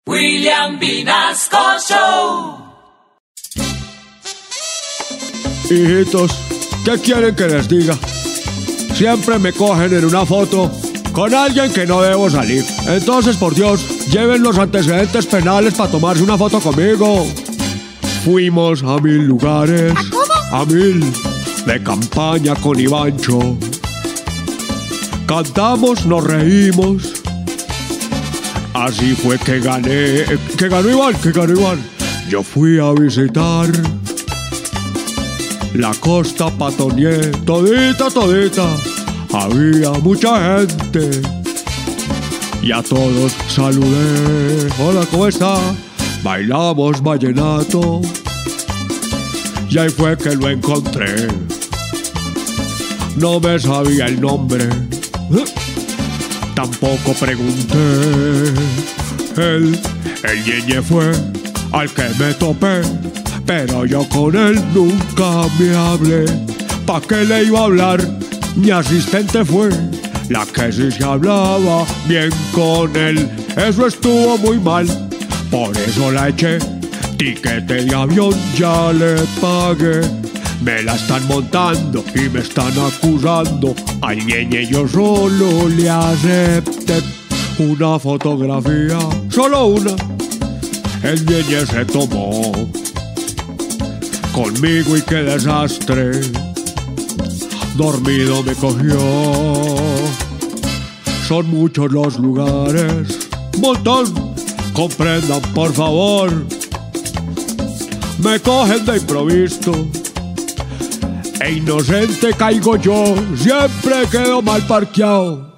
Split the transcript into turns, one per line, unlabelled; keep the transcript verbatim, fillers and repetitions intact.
William Vinasco Show.
Hijitos, ¿qué quieren que les diga? Siempre me cogen en una foto con alguien que no debo salir. Entonces, por Dios, lleven los antecedentes penales para tomarse una foto conmigo. Fuimos a mil lugares, a mil, de campaña con Ivancho. Cantamos, nos reímos. Así fue que gané, que ganó Iván, que ganó Iván. Yo fui a visitar la costa Patonié, todita, todita. Había mucha gente y a todos saludé. Hola, ¿cómo está? Bailamos vallenato y ahí fue que lo encontré. No me sabía el nombre, tampoco pregunté. Él, el ñeñe fue al que me topé, pero yo con él nunca me hablé. ¿Pa' qué le iba a hablar? Mi asistente fue la que sí se hablaba bien con él. Eso estuvo muy mal, por eso la eché. Tiquete de avión ya le pagué. Me la están montando y me están acusando. Al ñeñe yo solo le acepté una fotografía, solo una. El ñeñe se tomó conmigo y qué desastre. Dormido me cogió. Son muchos los lugares, montón, comprendan por favor. Me cogen de improviso e inocente caigo yo. Siempre quedo mal parqueado.